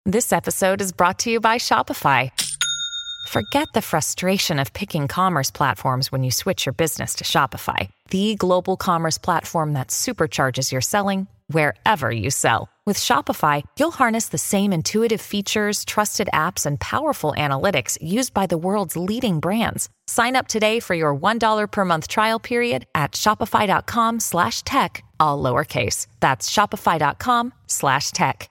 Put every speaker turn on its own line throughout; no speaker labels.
This episode is brought to you by Shopify. Forget the frustration of picking commerce platforms when you switch your business to Shopify, the global commerce platform that supercharges your selling wherever you sell. With Shopify, you'll harness the same intuitive features, trusted apps, and powerful analytics used by the world's leading brands. Sign up today for your $1 per month trial period at shopify.com/tech, all lowercase. That's shopify.com/tech.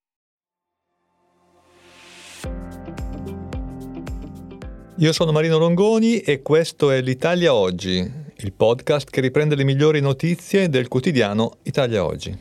Io sono Marino Longoni e questo è l'Italia Oggi, il podcast che riprende le migliori notizie del quotidiano Italia Oggi.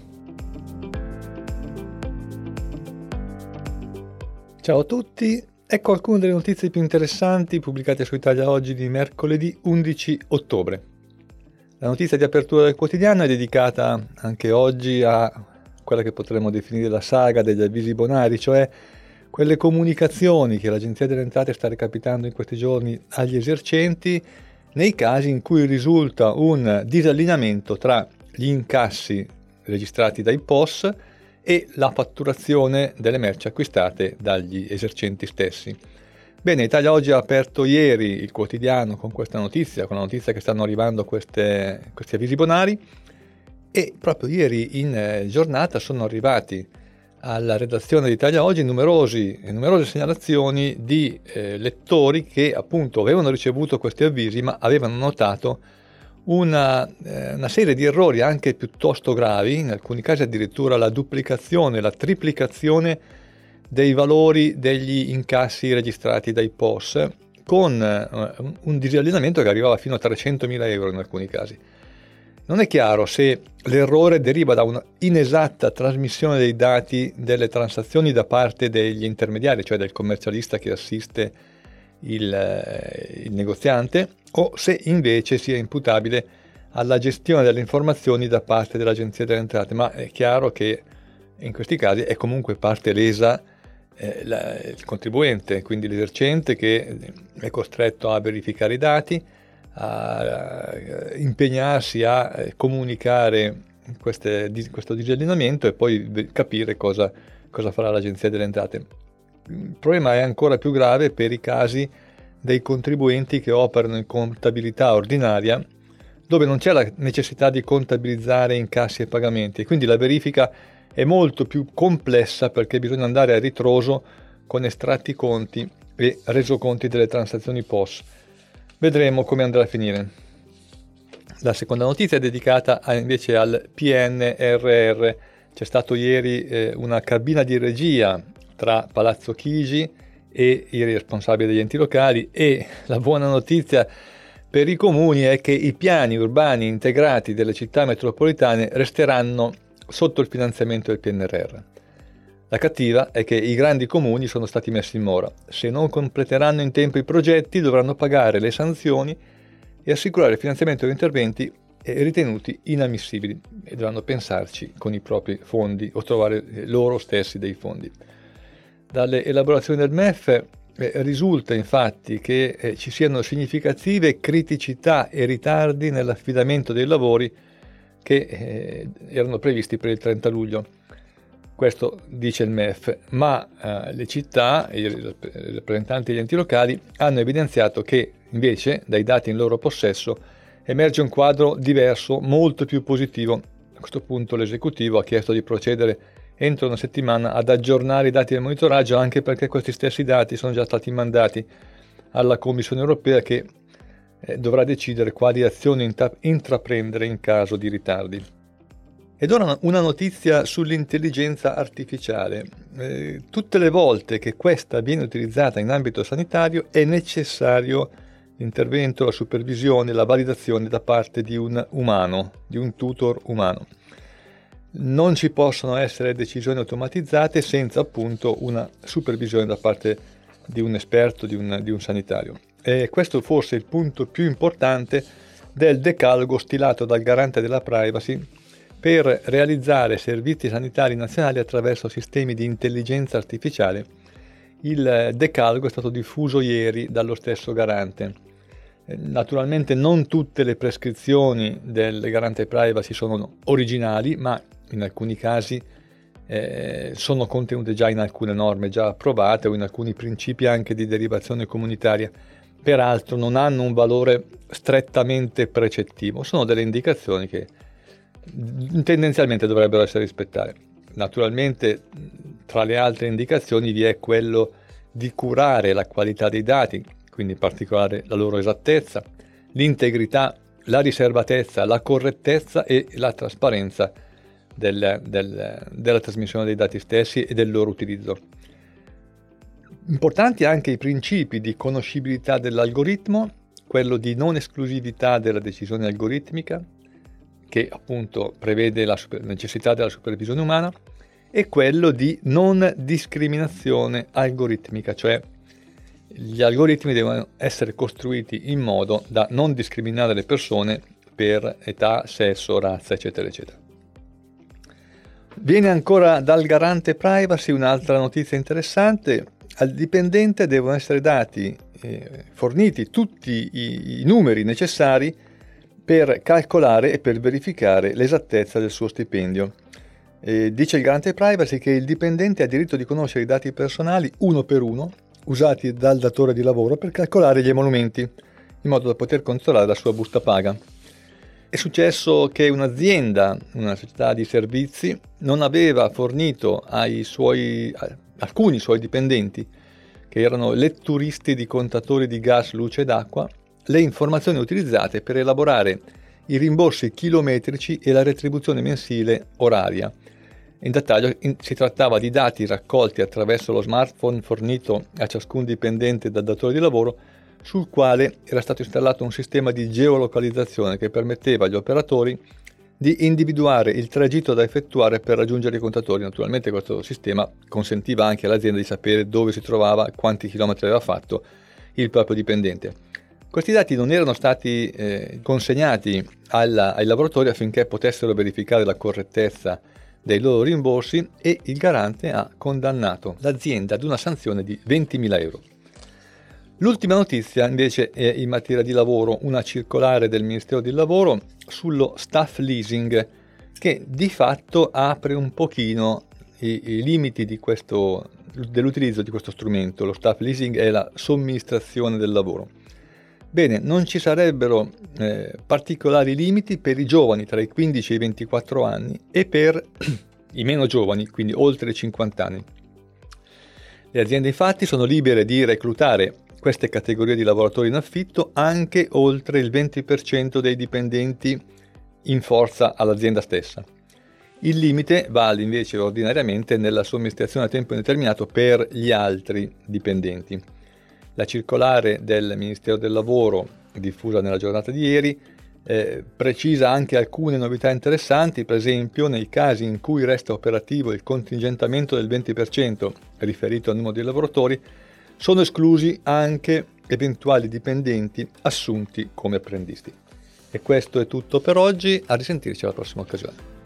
Ciao a tutti, ecco alcune delle notizie più interessanti pubblicate su Italia Oggi di mercoledì 11 ottobre. La notizia di apertura del quotidiano è dedicata anche oggi a quella che potremmo definire la saga degli avvisi bonari, cioè quelle comunicazioni che l'Agenzia delle Entrate sta recapitando in questi giorni agli esercenti nei casi in cui risulta un disallineamento tra gli incassi registrati dai POS e la fatturazione delle merci acquistate dagli esercenti stessi. Bene, Italia Oggi ha aperto ieri il quotidiano con questa notizia, con la notizia che stanno arrivando questi avvisi bonari, e proprio ieri in giornata sono arrivati alla redazione di Italia Oggi numerose segnalazioni di lettori che appunto avevano ricevuto questi avvisi ma avevano notato una serie di errori anche piuttosto gravi, in alcuni casi addirittura la duplicazione, la triplicazione dei valori degli incassi registrati dai POS, con un disallineamento che arrivava fino a 300.000 euro in alcuni casi. Non è chiaro se l'errore deriva da una inesatta trasmissione dei dati delle transazioni da parte degli intermediari, cioè del commercialista che assiste il negoziante, o se invece sia imputabile alla gestione delle informazioni da parte dell'Agenzia delle Entrate, ma è chiaro che in questi casi è comunque parte lesa il contribuente, quindi l'esercente che è costretto a verificare i dati, a impegnarsi a comunicare questo disallineamento e poi capire cosa farà l'Agenzia delle Entrate. Il problema è ancora più grave per i casi dei contribuenti che operano in contabilità ordinaria, dove non c'è la necessità di contabilizzare incassi e pagamenti, quindi la verifica è molto più complessa perché bisogna andare a ritroso con estratti conti e resoconti delle transazioni POS. Vedremo come andrà a finire. La seconda notizia è dedicata invece al PNRR. C'è stato ieri una cabina di regia tra Palazzo Chigi e i responsabili degli enti locali, e la buona notizia per i comuni è che i piani urbani integrati delle città metropolitane resteranno sotto il finanziamento del PNRR. La cattiva è che i grandi comuni sono stati messi in mora. Se non completeranno in tempo i progetti dovranno pagare le sanzioni e assicurare il finanziamento degli interventi ritenuti inammissibili, e dovranno pensarci con i propri fondi o trovare loro stessi dei fondi. Dalle elaborazioni del MEF risulta infatti che ci siano significative criticità e ritardi nell'affidamento dei lavori che erano previsti per il 30 luglio. Questo dice il MEF, ma le città e i rappresentanti degli enti locali hanno evidenziato che invece dai dati in loro possesso emerge un quadro diverso, molto più positivo. A questo punto l'esecutivo ha chiesto di procedere entro una settimana ad aggiornare i dati del monitoraggio, anche perché questi stessi dati sono già stati mandati alla Commissione europea, che dovrà decidere quali azioni intraprendere in caso di ritardi. Ed ora una notizia sull'intelligenza artificiale. Tutte le volte che questa viene utilizzata in ambito sanitario è necessario l'intervento, la supervisione, la validazione da parte di un umano, di un tutor umano. Non ci possono essere decisioni automatizzate senza appunto una supervisione da parte di un esperto, di un sanitario. E questo forse è il punto più importante del decalogo stilato dal garante della privacy per realizzare servizi sanitari nazionali attraverso sistemi di intelligenza artificiale. Il decalogo è stato diffuso ieri dallo stesso garante. Naturalmente non tutte le prescrizioni del garante privacy sono originali, ma in alcuni casi sono contenute già in alcune norme già approvate o in alcuni principi anche di derivazione comunitaria. Peraltro non hanno un valore strettamente precettivo, sono delle indicazioni che tendenzialmente dovrebbero essere rispettate. Naturalmente tra le altre indicazioni vi è quello di curare la qualità dei dati, quindi in particolare la loro esattezza, l'integrità, la riservatezza, la correttezza e la trasparenza della trasmissione dei dati stessi e del loro utilizzo. Importanti anche i principi di conoscibilità dell'algoritmo, quello di non esclusività della decisione algoritmica, che appunto prevede la necessità della supervisione umana, e quello di non discriminazione algoritmica, cioè gli algoritmi devono essere costruiti in modo da non discriminare le persone per età, sesso, razza, eccetera, eccetera. Viene ancora dal garante privacy un'altra notizia interessante. Al dipendente devono essere forniti tutti i numeri necessari per calcolare e per verificare l'esattezza del suo stipendio. Dice il garante privacy che il dipendente ha diritto di conoscere i dati personali uno per uno usati dal datore di lavoro per calcolare gli emolumenti, in modo da poter controllare la sua busta paga. È successo che un'azienda, una società di servizi, non aveva fornito alcuni suoi dipendenti, che erano letturisti di contatori di gas, luce ed acqua, le informazioni utilizzate per elaborare i rimborsi chilometrici e la retribuzione mensile oraria. In dettaglio si trattava di dati raccolti attraverso lo smartphone fornito a ciascun dipendente dal datore di lavoro, sul quale era stato installato un sistema di geolocalizzazione che permetteva agli operatori di individuare il tragitto da effettuare per raggiungere i contatori. Naturalmente questo sistema consentiva anche all'azienda di sapere dove si trovava, quanti chilometri aveva fatto il proprio dipendente. Questi dati non erano stati consegnati ai lavoratori affinché potessero verificare la correttezza dei loro rimborsi, e il garante ha condannato l'azienda ad una sanzione di 20.000 euro. L'ultima notizia invece è in materia di lavoro, una circolare del Ministero del Lavoro sullo staff leasing, che di fatto apre un pochino i limiti dell'utilizzo di questo strumento. Lo staff leasing è la somministrazione del lavoro. Bene, non ci sarebbero particolari limiti per i giovani tra i 15 e i 24 anni e per i meno giovani, quindi oltre i 50 anni. Le aziende infatti sono libere di reclutare queste categorie di lavoratori in affitto anche oltre il 20% dei dipendenti in forza all'azienda stessa. Il limite vale invece ordinariamente nella somministrazione a tempo indeterminato per gli altri dipendenti. La circolare del Ministero del Lavoro, diffusa nella giornata di ieri, precisa anche alcune novità interessanti. Per esempio, nei casi in cui resta operativo il contingentamento del 20% riferito al numero di lavoratori, sono esclusi anche eventuali dipendenti assunti come apprendisti. E questo è tutto per oggi, a risentirci alla prossima occasione.